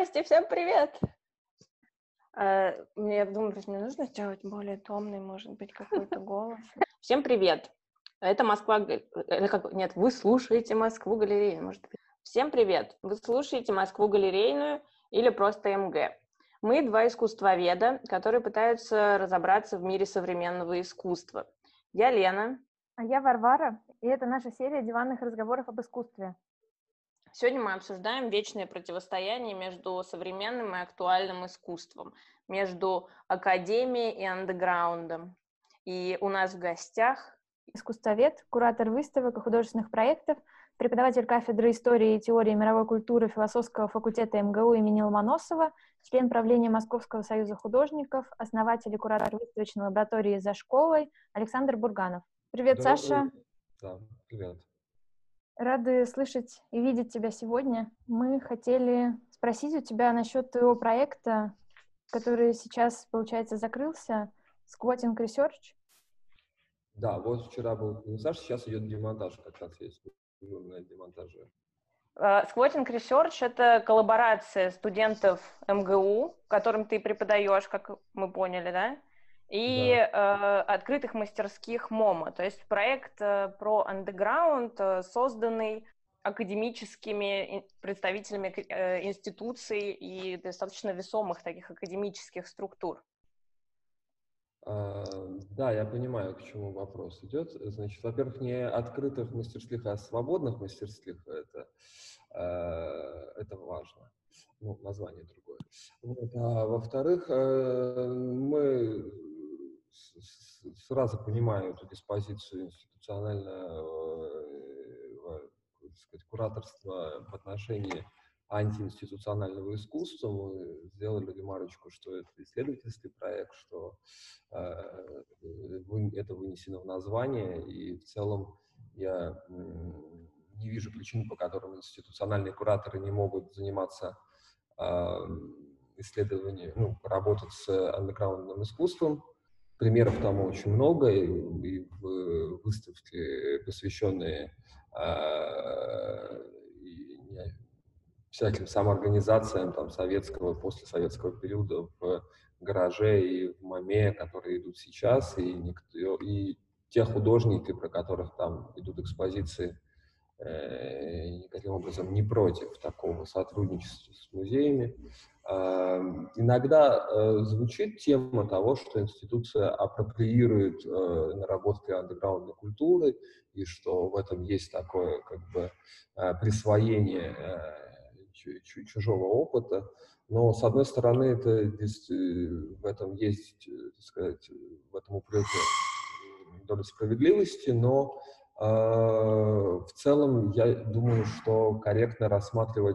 Здрасте, всем привет! Я думаю, просто мне нужно сделать более томный, может быть, какой-то голос. Всем привет! Это Москва... Нет, вы слушаете Москву галерейную, может быть. Всем привет! Вы слушаете Москву галерейную или просто МГ. Мы два искусствоведа, которые пытаются разобраться в мире современного искусства. Я Лена. А я Варвара, и это наша серия диванных разговоров об искусстве. Сегодня мы обсуждаем вечное противостояние между современным и актуальным искусством, между академией и андеграундом. И у нас в гостях искусствовед, куратор выставок и художественных проектов, преподаватель кафедры истории и теории мировой культуры философского факультета МГУ имени Ломоносова, член правления Московского союза художников, основатель и куратор выставочной лаборатории «За школой» Александр Бурганов. Привет, Саша. Да, привет. Рады слышать и видеть тебя сегодня. Мы хотели спросить у тебя насчет твоего проекта, который сейчас, получается, закрылся, Squatting Research. Да, вот вчера был демонтаж, сейчас идет демонтаж, как раз есть на демонтаже. Squatting Research — это коллаборация студентов МГУ, которым ты преподаешь, как мы поняли, да? И открытых мастерских МОМА, то есть проект про андеграунд, созданный академическими представителями институций и достаточно весомых таких академических структур. Да, я понимаю, к чему вопрос идет. Значит, во-первых, не открытых мастерских, а свободных мастерских, это важно. Ну, название другое. Вот. А во-вторых, мы сразу понимаем эту диспозицию институционального, так сказать, кураторства в отношении антиинституционального искусства. Мы сделали ремарочку, что это исследовательский проект, что это вынесено в название, и в целом я не вижу причин, по которым институциональные кураторы не могут заниматься исследованием, работать с андеграундным искусством. Примеров тому очень много, и в выставке, посвященные всяким самоорганизациям там, советского, послесоветского периода в гараже и в МАМе, которые идут сейчас, и те художники, про которых там идут экспозиции, никаким образом не против такого сотрудничества с музеями. Иногда звучит тема того, что институция апроприирует наработки андеграундной культуры, и что в этом есть такое присвоение чужого опыта. Но, с одной стороны, в этом есть, так сказать, в этом упреке доля справедливости, но в целом я думаю, что корректно рассматривать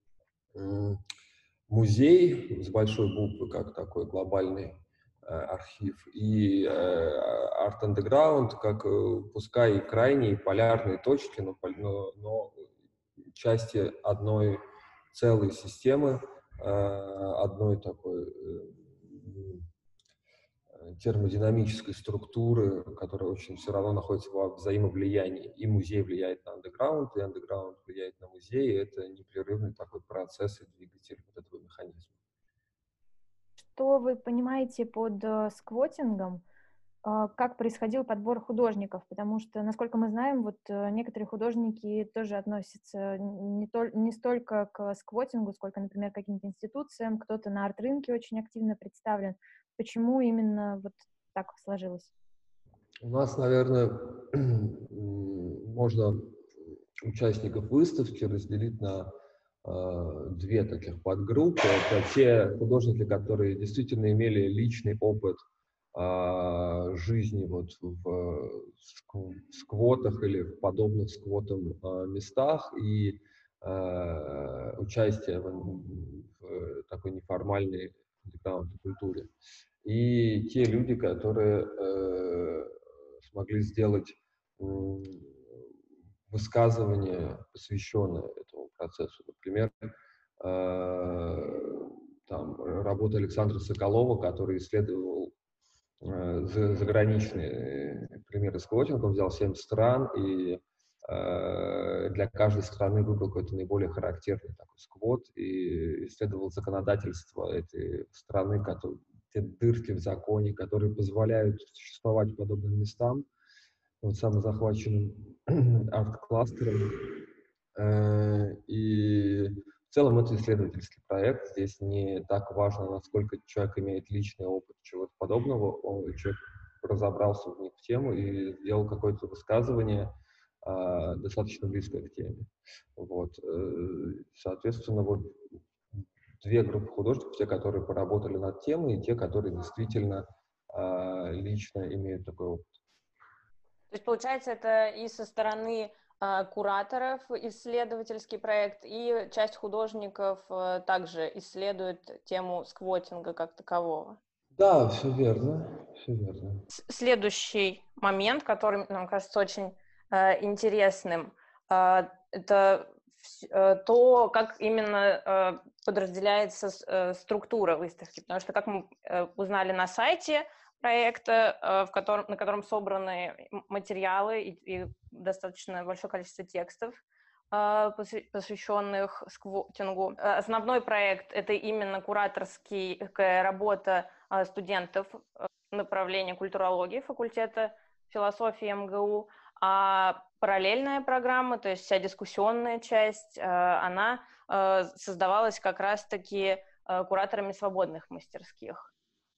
музей с большой буквы, как такой глобальный архив, и Art Underground, как пускай и крайние полярные точки, но части одной целой системы, одной такой термодинамической структуры, которая очень все равно находится во взаимовлиянии. И музей влияет на андеграунд, и андеграунд влияет на музей, и это непрерывный такой процесс и двигатель вот этого механизма. Что вы понимаете под сквотингом? Как происходил подбор художников? Потому что, насколько мы знаем, вот некоторые художники тоже относятся не столько к сквотингу, сколько, например, к каким-то институциям, кто-то на арт-рынке очень активно представлен. Почему именно вот так сложилось? У нас, наверное, можно участников выставки разделить на две таких подгруппы. Это те художники, которые действительно имели личный опыт жизни вот в сквотах или в подобных сквотам местах и участие в такой неформальной андеграундной культуре. И те люди, которые смогли сделать высказывание, посвященное этому процессу. Например, там, работа Александра Соколова, который исследовал заграничные примеры сквотинга, он взял 7 стран и для каждой страны выбрал какой-то наиболее характерный такой сквот и исследовал законодательство этой страны, те дырки в законе, которые позволяют существовать подобным местам, вот самозахваченным арт-кластером. И в целом это исследовательский проект. Здесь не так важно, насколько человек имеет личный опыт чего-то подобного. Человек разобрался в тему и сделал какое-то высказывание, достаточно близкое к теме. Вот. Соответственно, вот две группы художников, те, которые поработали над темой, и те, которые действительно лично имеют такой опыт. То есть, получается, это и со стороны кураторов исследовательский проект, и часть художников также исследует тему сквотинга как такового. Да, все верно, все верно. Следующий момент, который нам кажется очень интересным, это то, как именно подразделяется структура выставки. Потому что, как мы узнали на сайте проекта, на котором собраны материалы и достаточно большое количество текстов, посвященных сквотингу. Основной проект — это именно кураторская работа студентов направления культурологии факультета философии МГУ, а параллельная программа, то есть вся дискуссионная часть, она создавалась как раз-таки кураторами свободных мастерских.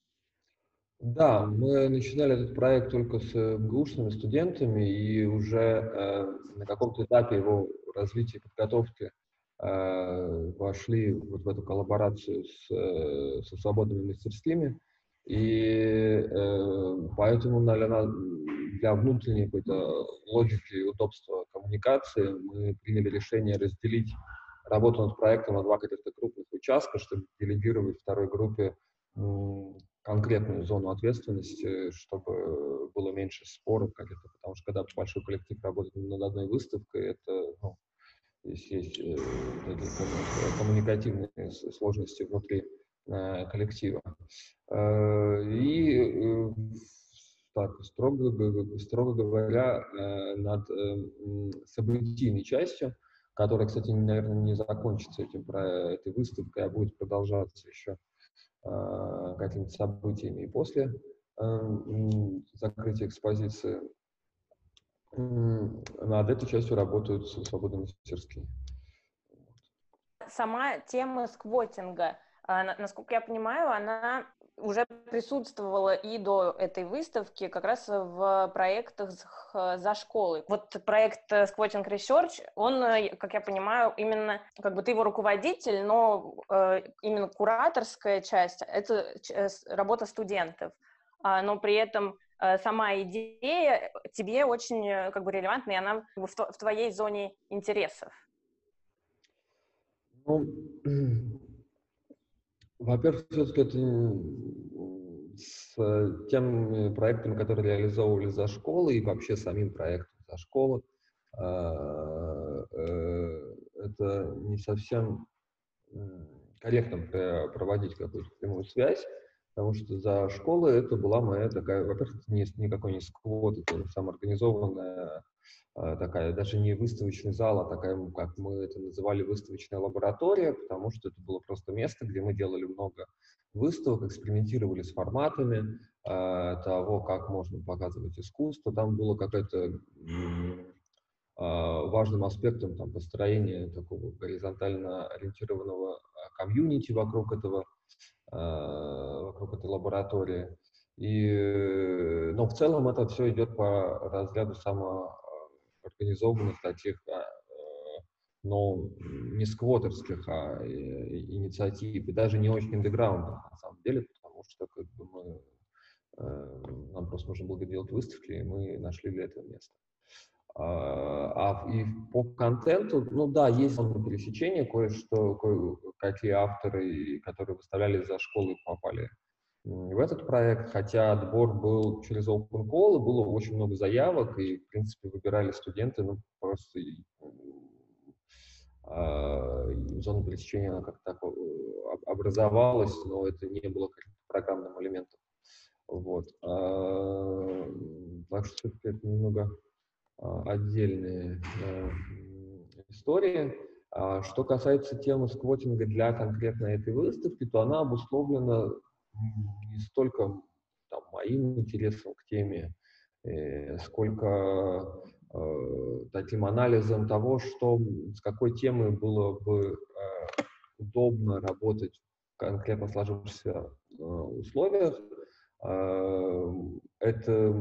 Да, мы начинали этот проект только с МГУшными студентами, и уже на каком-то этапе его развития и подготовки вошли вот в эту коллаборацию со свободными мастерскими. И поэтому, наверное, для внутренней какой-то логики и удобства коммуникации мы приняли решение разделить работу над проектом на два каких-то крупных участка, чтобы делегировать второй группе конкретную зону ответственности, чтобы было меньше споров каких-то, потому что когда большой коллектив работает над одной выставкой, это, здесь есть коммуникативные сложности внутри коллектива. И так, строго говоря, над событийной частью, которая, кстати, наверное, не закончится этой выставкой, а будет продолжаться еще какими-то событиями и после закрытия экспозиции. Над этой частью работают свободные мастерские. Сама тема сквотинга, насколько я понимаю, она уже присутствовала и до этой выставки как раз в проектах за школой. Вот проект Squatting Research, он, как я понимаю, именно, как бы ты его руководитель, но именно кураторская часть — это работа студентов, но при этом сама идея тебе очень как бы релевантна, и она как бы в твоей зоне интересов. Ну, во-первых, все-таки это с теми проектами, которые реализовывали за школой, и вообще самим проектом за школу, это не совсем корректно проводить какую-то прямую связь, потому что за школой это была моя такая, во-первых, никакой не сквот, это самоорганизованная такая, даже не выставочный зал, а такая, как мы это называли, выставочная лаборатория, потому что это было просто место, где мы делали много выставок, экспериментировали с форматами того, как можно показывать искусство. Там было какое-то важным аспектом там, построения такого горизонтально ориентированного комьюнити вокруг этой лаборатории. Но в целом это все идет по разряду самоорганизованных таких, но не сквотерских, инициатив, и даже не очень андеграундных на самом деле, потому что как бы нам просто нужно было делать выставки, и мы нашли для этого место. И по контенту, ну да, есть пересечения, какие авторы, которые выставляли за школой, попали в этот проект, хотя отбор был через Open Call, и было очень много заявок, и, в принципе, выбирали студенты, просто зона пересечения, она как-то так образовалась, но это не было каким-то программным элементом. Вот. Так что это немного отдельные истории. Что касается темы сквотинга для конкретно этой выставки, то она обусловлена не столько там, моим интересом к теме, сколько таким анализом того, с какой темой было бы удобно работать в конкретно сложившихся условиях. Это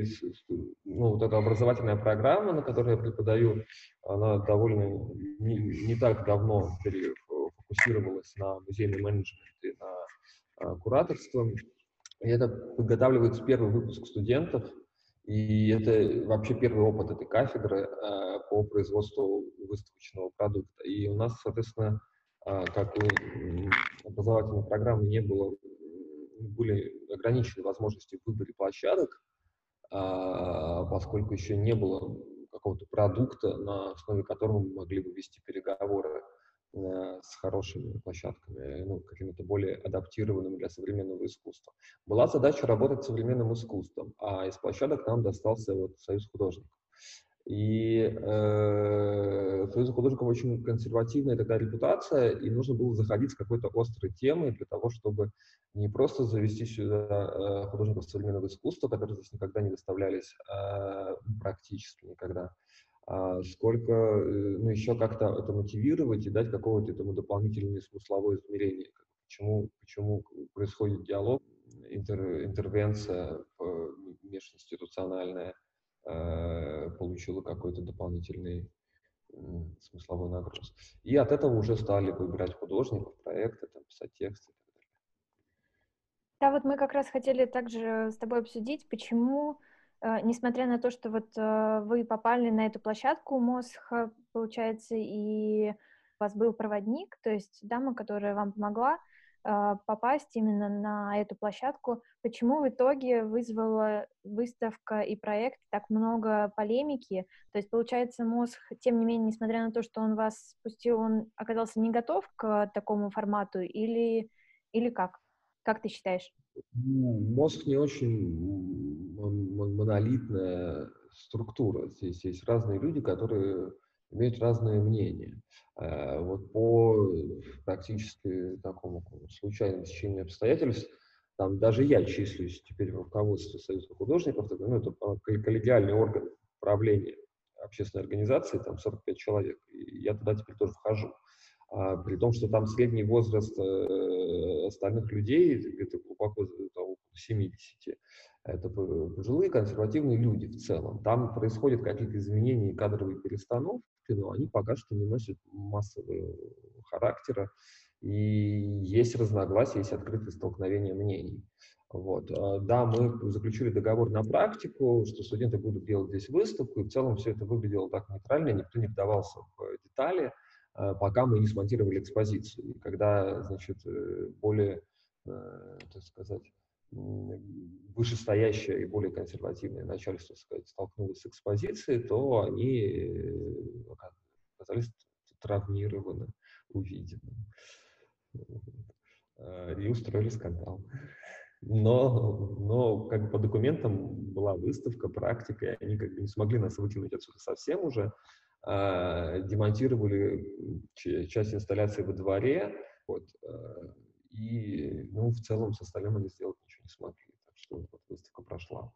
вот эта образовательная программа, на которой я преподаю, она довольно не так давно фокусировалась на музейном менеджменте и на кураторство. И это подготавливается первый выпуск студентов, и это вообще первый опыт этой кафедры по производству выставочного продукта. И у нас, соответственно, как у образовательной программы были ограничены возможности в выборе площадок, поскольку еще не было какого-то продукта, на основе которого мы могли бы вести переговоры с хорошими площадками, какими-то более адаптированными для современного искусства. Была задача работать с современным искусством, а из площадок нам достался Союз художников. И Союз художников очень консервативная такая репутация, и нужно было заходить с какой-то острой темой для того, чтобы не просто завести сюда художников современного искусства, которые здесь никогда не выставлялись, практически никогда, сколько еще как-то это мотивировать и дать какого-то этому дополнительное смысловое измерение. Почему происходит диалог, интервенция межинституциональная получила какой-то дополнительный смысловой нагруз. И от этого уже стали выбирать художников, проекты, писать тексты. Да, вот мы как раз хотели также с тобой обсудить, почему, несмотря на то, что вы попали на эту площадку МОСХ, получается, и у вас был проводник, то есть дама, которая вам помогла попасть именно на эту площадку, почему в итоге вызвала выставка и проект так много полемики? То есть, получается, МОСХ, тем не менее, несмотря на то, что он вас спустил, он оказался не готов к такому формату или как? Как ты считаешь? Мозг не очень монолитная структура. Здесь есть разные люди, которые имеют разные мнения. По практически такому случайному течению обстоятельств, там даже я числюсь теперь в руководстве Союза художников, это коллегиальный орган правления общественной организации, там 45 человек, и я туда теперь тоже вхожу. При том, что там средний возраст остальных людей где-то глубоко около 70. Это пожилые консервативные люди в целом. Там происходят какие-то изменения и кадровые перестановки, но они пока что не носят массового характера. И есть разногласия, есть открытые столкновения мнений. Да, мы заключили договор на практику, что студенты будут делать здесь выставку, и в целом все это выглядело так нейтрально, никто не вдавался в детали, пока мы не смонтировали экспозицию. И когда, более, так сказать, вышестоящее и более консервативное начальство, столкнулось с экспозицией, то они оказались травмированы увиденным и устроили скандал. Но по документам была выставка, практика, и они не смогли нас выкинуть отсюда совсем уже. Демонтировали часть инсталляции во дворе, и, в целом, с остальным они сделать ничего не смогли, так что выставка прошла.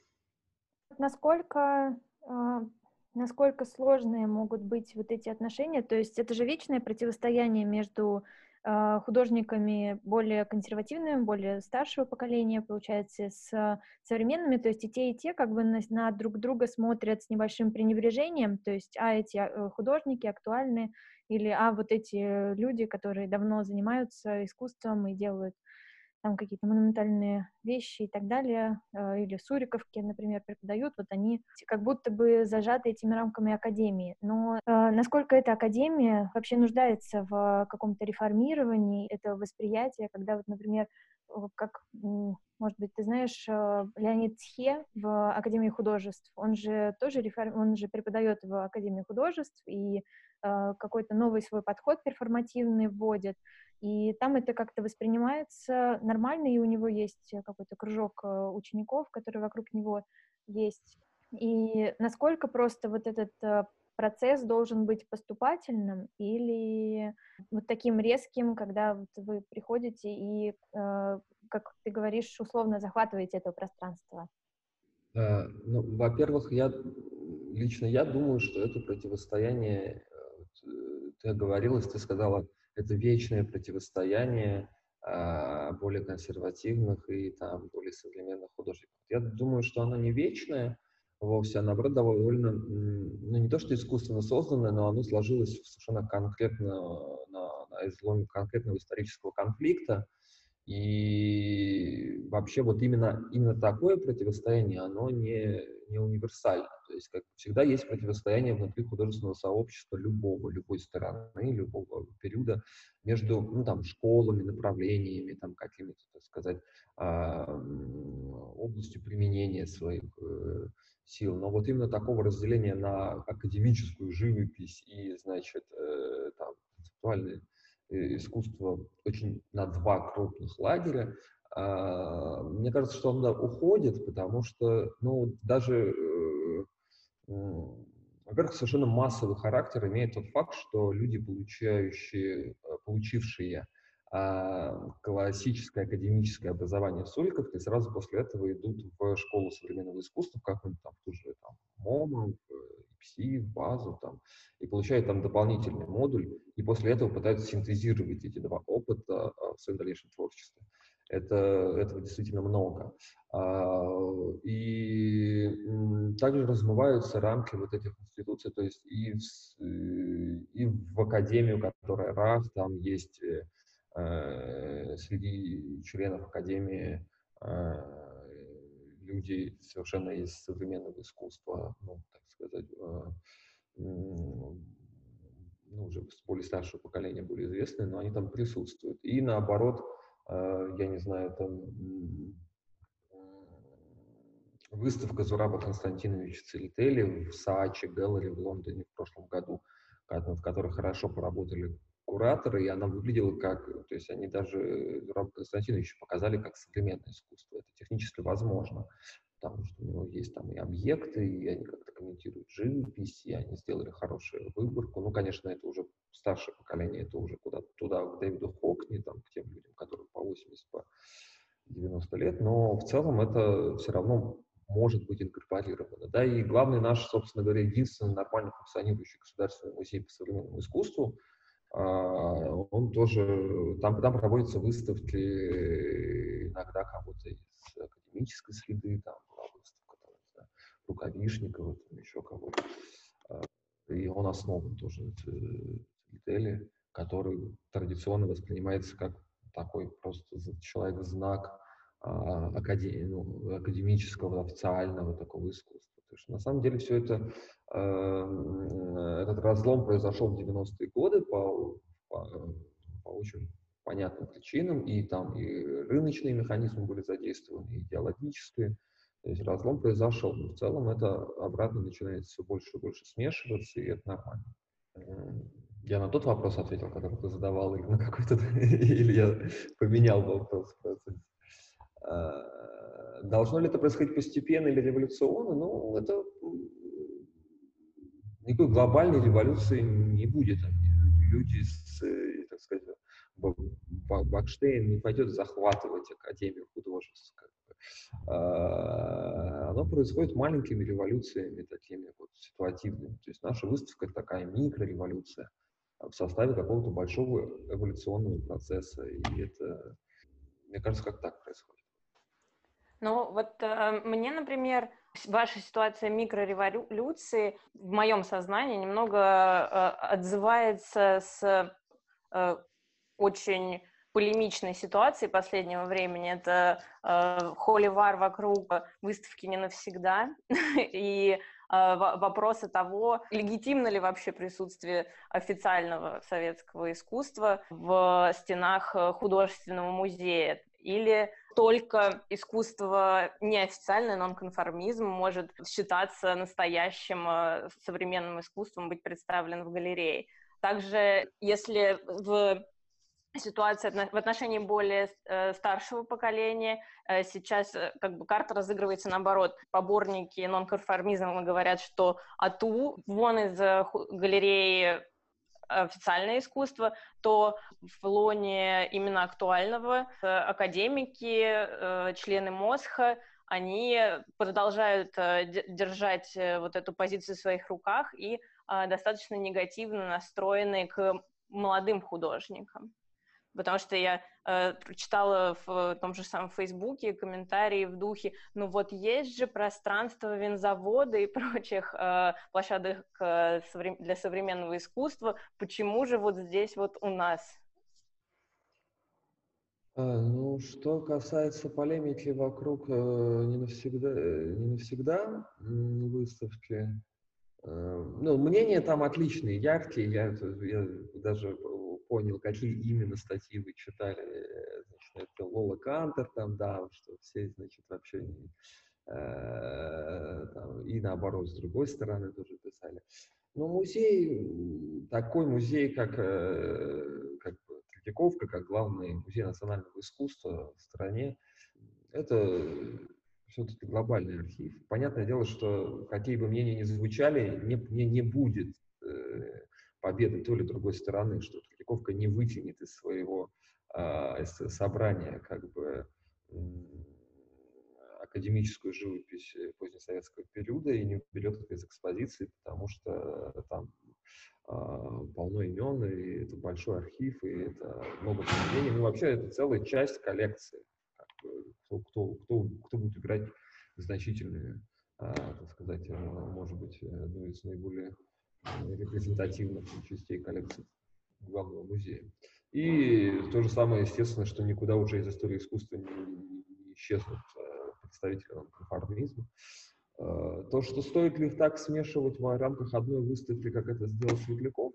Насколько сложные могут быть эти отношения? То есть это же вечное противостояние между художниками более консервативными, более старшего поколения, получается, с современными, то есть и те как бы на друг друга смотрят с небольшим пренебрежением, то есть эти художники актуальны, или эти люди, которые давно занимаются искусством и делают там какие-то монументальные вещи и так далее, или в Суриковке, например, преподают, они как будто бы зажаты этими рамками академии. Но насколько эта академия вообще нуждается в каком-то реформировании этого восприятия, когда например, может быть, ты знаешь, Леонид Тхе в Академии художеств, он же преподает в Академии художеств и какой-то новый свой подход перформативный вводит, и там это как-то воспринимается нормально, и у него есть какой-то кружок учеников, которые вокруг него есть. И насколько просто вот этот процесс должен быть поступательным или вот таким резким, когда вот вы приходите и, как ты говоришь, условно захватываете это пространство? Ну, во-первых, лично я думаю, что это противостояние, ты оговорилась, ты сказала, это вечное противостояние более консервативных и там более современных художников. Я думаю, что оно не вечное вовсе, а наоборот довольно, ну не то что искусственно созданное, но оно сложилось совершенно конкретно на изломе конкретного исторического конфликта. И вообще вот именно такое противостояние, оно не универсально. То есть, как всегда, есть противостояние внутри художественного сообщества любой стороны, любого периода между, ну, там, школами, направлениями, там, какими-то, так сказать, областью применения своих сил. Но вот именно такого разделения на академическую живопись и, значит, там, концептуальные искусство очень на два крупных лагеря. Мне кажется, что он уходит, потому что, ну, даже, во-первых, совершенно массовый характер имеет тот факт, что люди, получившие классическое академическое образование в Суриковке, сразу после этого идут в школу современного искусства, в какую-нибудь там, в ту же там, МОМА, в ИПСИ, в БАЗу, там, и получают там дополнительный модуль, и после этого пытаются синтезировать эти два опыта в своем дальнейшем творчестве. Этого действительно много. И также размываются рамки вот этих институций, то есть и в академию, которая РАФ, там есть среди членов академии люди совершенно из современного искусства, ну, так сказать, ну, уже более старшего поколения, более известные, но они там присутствуют. И наоборот, я не знаю, там выставка Зураба Константиновича Церетели в Saatchi Gallery в Лондоне в прошлом году, в которой хорошо поработали кураторы, и она выглядела как, то есть они даже Зурабу Константиновичу показали как современное искусство. Это технически возможно, потому что у него есть там и объекты, и они как-то комментируют живопись, и они сделали хорошую выборку. Ну, конечно, это уже старшее поколение, это уже куда-то туда, к Дэвиду Хокни, там, к тем людям, которым по 80, по 90 лет, но в целом это все равно может быть инкорпорировано. Да, и главный наш, собственно говоря, единственный нормально функционирующий государственный музей по современному искусству, он тоже, там проводятся выставки иногда кого-то из академической среды, там была выставка, там, не знаю, Рукавишникова, там еще кого-то. И он основан тоже в Церетели, который традиционно воспринимается как такой просто человек-знак академического, официального такого искусства. Потому что на самом деле все это, этот разлом произошел в 90-е годы по очень понятным причинам, и там и рыночные механизмы были задействованы, и идеологические. То есть разлом произошел, но в целом это обратно начинает все больше и больше смешиваться, и это нормально. Я на тот вопрос ответил, который ты задавал, или на какой-то, или я поменял вопрос в процессе. Должно ли это происходить постепенно или революционно? Ну, это никакой глобальной революции не будет. Люди так сказать, Бакштейн не пойдет захватывать Академию художеств. Оно происходит маленькими революциями, такими вот ситуативными. То есть наша выставка — это такая микрореволюция в составе какого-то большого эволюционного процесса. И это, мне кажется, как так происходит. Ну, вот мне, например, ваша ситуация микрореволюции в моем сознании немного отзывается с очень полемичной ситуации последнего времени. Это холивар вокруг выставки «Не навсегда» и вопроса того, легитимно ли вообще присутствие официального советского искусства в стенах художественного музея, или только искусство неофициальное, нонконформизм может считаться настоящим современным искусством, быть представлен в галерее. Также, если в ситуация в отношении более старшего поколения. Сейчас как бы карта разыгрывается наоборот. Поборники нонконформизма говорят, что АТУ вон из галереи официальное искусство, то в лоне именно актуального академики, члены МОСХа, они продолжают держать вот эту позицию в своих руках и достаточно негативно настроены к молодым художникам. Потому что я прочитала в том же самом Фейсбуке комментарии в духе, ну вот есть же пространство винзавода и прочих площадок для современного искусства, почему же вот здесь вот у нас? Ну, что касается полемики вокруг не навсегда выставки, ну, мнения там отличные, яркие. Я даже понял, какие именно статьи вы читали. Значит, это Лола Кантер, там, да, что все, значит, вообще там, и наоборот, с другой стороны тоже писали. Но музей, такой музей, как бы Третьяковка, как главный музей национального искусства в стране, это все-таки глобальный архив. Понятное дело, что какие бы мнения ни звучали, не будет победы той или другой стороны, что Третьяковка не вытянет из своего собрания как бы академическую живопись позднесоветского периода и не уберет это из экспозиции, потому что там полно имен, и это большой архив, и это много произведений. Ну, вообще, это целая часть коллекции. Кто будет играть значительную, так сказать, может быть, одну из наиболее репрезентативных частей коллекции главного музея. И то же самое, естественно, что никуда уже из истории искусства не исчезнут представители нонконформизма. То, что стоит ли их так смешивать в рамках одной выставки, как это сделал Светляков,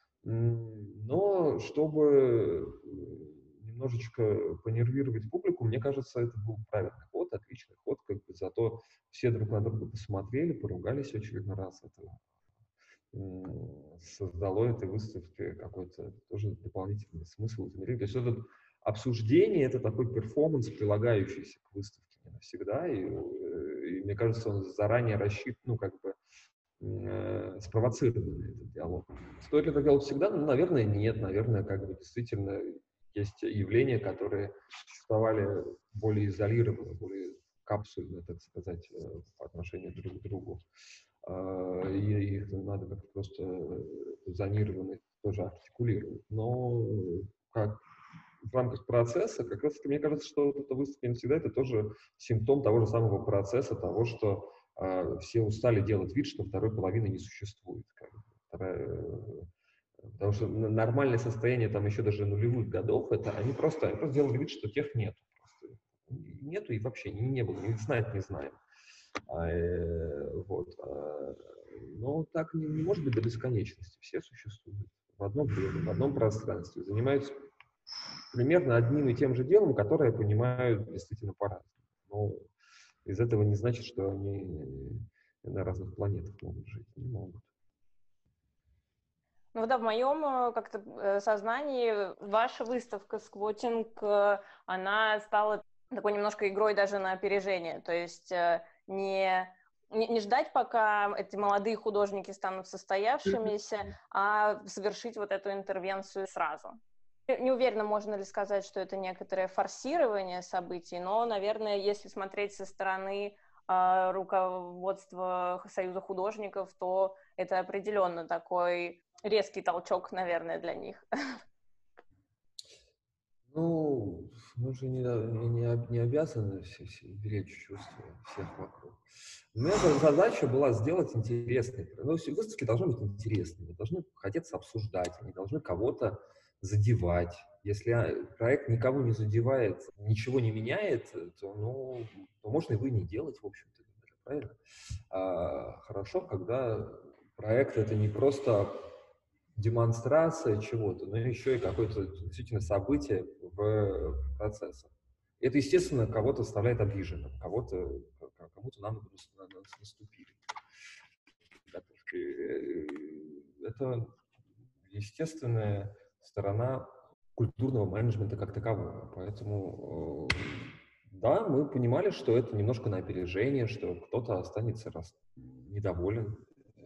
но чтобы немножечко понервировать публику, мне кажется, это был правильный ход, отличный ход, как бы зато все друг на друга посмотрели, поругались в очередной раз. Это создало этой выставке какой-то тоже дополнительный смысл. То есть это обсуждение, это такой перформанс, прилагающийся к выставке не навсегда, и мне кажется, он заранее рассчитан, ну, как бы спровоцированный этот диалог. Стоит ли это делать всегда? Ну, наверное, нет. Наверное, как бы действительно есть явления, которые существовали более изолированно, более капсульно, так сказать, по отношению друг к другу. И их надо как-то просто зонированно тоже артикулировать. Но как в рамках процесса, как раз таки, мне кажется, что вот эта выставка не всегда это тоже симптом того же самого процесса, того, что все устали делать вид, что второй половины не существует. Потому что нормальное состояние там еще даже нулевых годов, это они просто делали вид, что тех нету. Просто нету и вообще не было, не знать не знаем. Но так не может быть до бесконечности. Все существуют в одном время, в одном пространстве, занимаются примерно одним и тем же делом, которое понимают действительно по-разному. Но из этого не значит, что они на разных планетах могут жить. Не могут. Ну да, в моем как-то сознании ваша выставка «Сквотинг», она стала такой немножко игрой даже на опережение. То есть не ждать, пока эти молодые художники станут состоявшимися, а совершить вот эту интервенцию сразу. Не уверена, можно ли сказать, что это некоторое форсирование событий, но, наверное, если смотреть со стороны руководства Союза художников, то это определенно такой резкий толчок, наверное, для них. Ну, мы же не обязаны беречь чувства всех вокруг. У меня задача была сделать интересный. Ну, выставки должны быть интересными, должны хотеться обсуждать, они должны кого-то задевать. Если проект никого не задевает, ничего не меняет, то можно его и не делать, в общем-то, правильно? Хорошо, когда проект — это не просто демонстрация чего-то, но еще и какое-то действительно событие в процессе. Это, естественно, кого-то оставляет обиженным, кому-то нам наступили. Это естественная сторона культурного менеджмента как такового. Поэтому, да, мы понимали, что это немножко на опережение, что кто-то останется недоволен.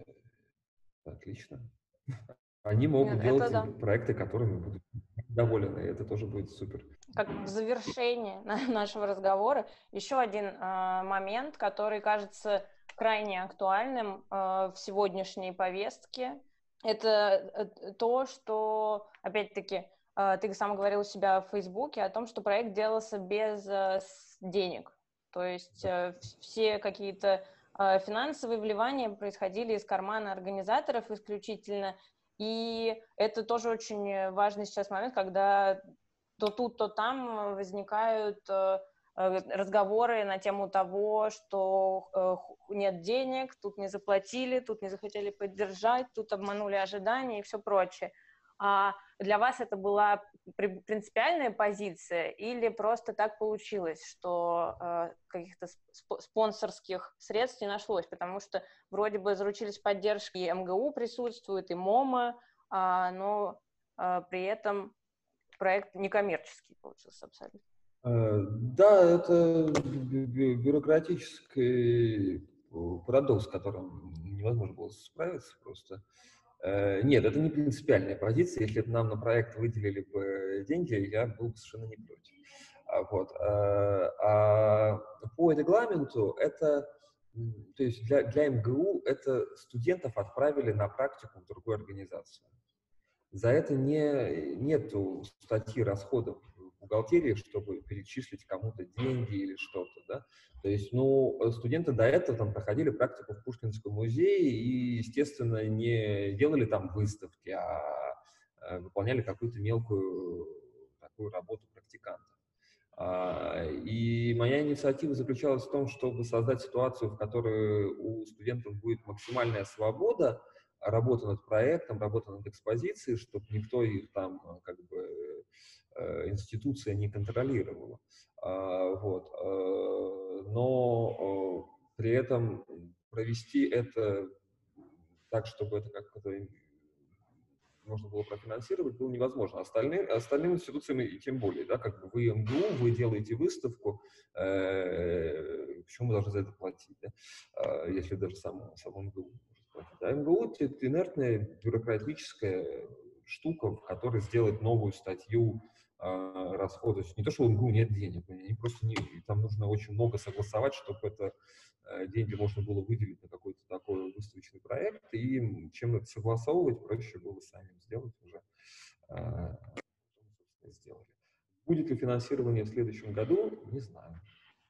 Отлично. Они могут Нет, это делать да. проекты, которыми будут довольны, и это тоже будет супер. Как в завершении нашего разговора еще один момент, который кажется крайне актуальным в сегодняшней повестке, это то, что, опять-таки, ты сам говорил у себя в Фейсбуке о том, что проект делался без денег. То есть все какие-то финансовые вливания происходили из кармана организаторов исключительно. И это тоже очень важный сейчас момент, когда то тут, то там возникают разговоры на тему того, что нет денег, тут не заплатили, тут не захотели поддержать, тут обманули ожидания и все прочее. А для вас это была принципиальная позиция или просто так получилось, что каких-то спонсорских средств не нашлось? Потому что вроде бы заручились поддержкой, и МГУ присутствует, и МОМА, но при этом проект некоммерческий получился абсолютно. Да, это бюрократический парадокс, с которым невозможно было справиться просто. Нет, это не принципиальная позиция. Если бы нам на проект выделили бы деньги, я был бы совершенно не против. Вот. А по регламенту это, то есть для МГУ это студентов отправили на практику в другую организацию. За это нету статьи расходов в бухгалтерии, чтобы перечислить кому-то деньги или что-то, да. То есть, студенты до этого там проходили практику в Пушкинском музее и, естественно, не делали там выставки, а выполняли какую-то мелкую такую работу практиканта. И моя инициатива заключалась в том, чтобы создать ситуацию, в которой у студентов будет максимальная свобода работы над проектом, работы над экспозицией, чтобы никто их там, институция не контролировала. Вот. Но при этом провести это так, чтобы это как-то можно было профинансировать, было невозможно. Остальным институциям и тем более, да, как бы вы МГУ, вы делаете выставку, почему мы должны за это платить, да? Если даже само МГУ может платить. А МГУ — это инертная бюрократическая штука, в которой сделать новую статью расходов. Не то, что у МГУ нет денег, они просто там нужно очень много согласовать, чтобы это деньги можно было выделить на какой-то такой выставочный проект, и чем это согласовывать, проще было самим сделать уже. Сделали. Будет ли финансирование в следующем году, не знаю.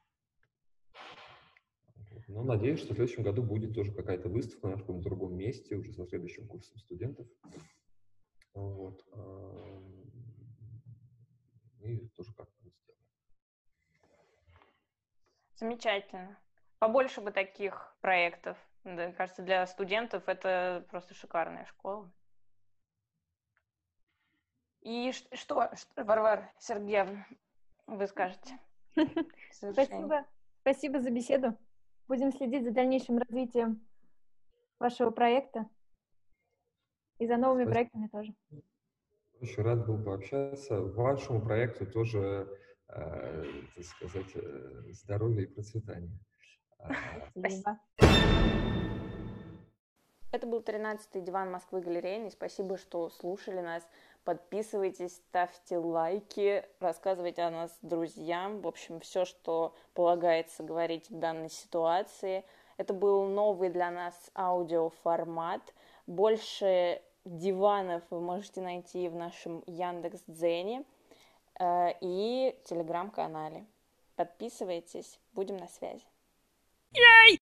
Но надеюсь, что в следующем году будет тоже какая-то выставка на каком-то другом месте, уже со следующим курсом студентов. Вот. И тоже как-то сделаем. Замечательно. Побольше бы таких проектов. Да, кажется, для студентов это просто шикарная школа. И что, Варвара Сергеевна, вы скажете? Спасибо за беседу. Будем следить за дальнейшим развитием вашего проекта и за новыми проектами тоже. Очень рад был пообщаться. Вашему проекту тоже, так сказать, здоровья и процветания. Спасибо. Это был 13-й диван Москвы галерейный. Спасибо, что слушали нас. Подписывайтесь, ставьте лайки, рассказывайте о нас друзьям. В общем, все, что полагается говорить в данной ситуации. Это был новый для нас аудиоформат. Больше диванов вы можете найти в нашем Яндекс.Дзене и Телеграм-канале. Подписывайтесь, будем на связи. Yay!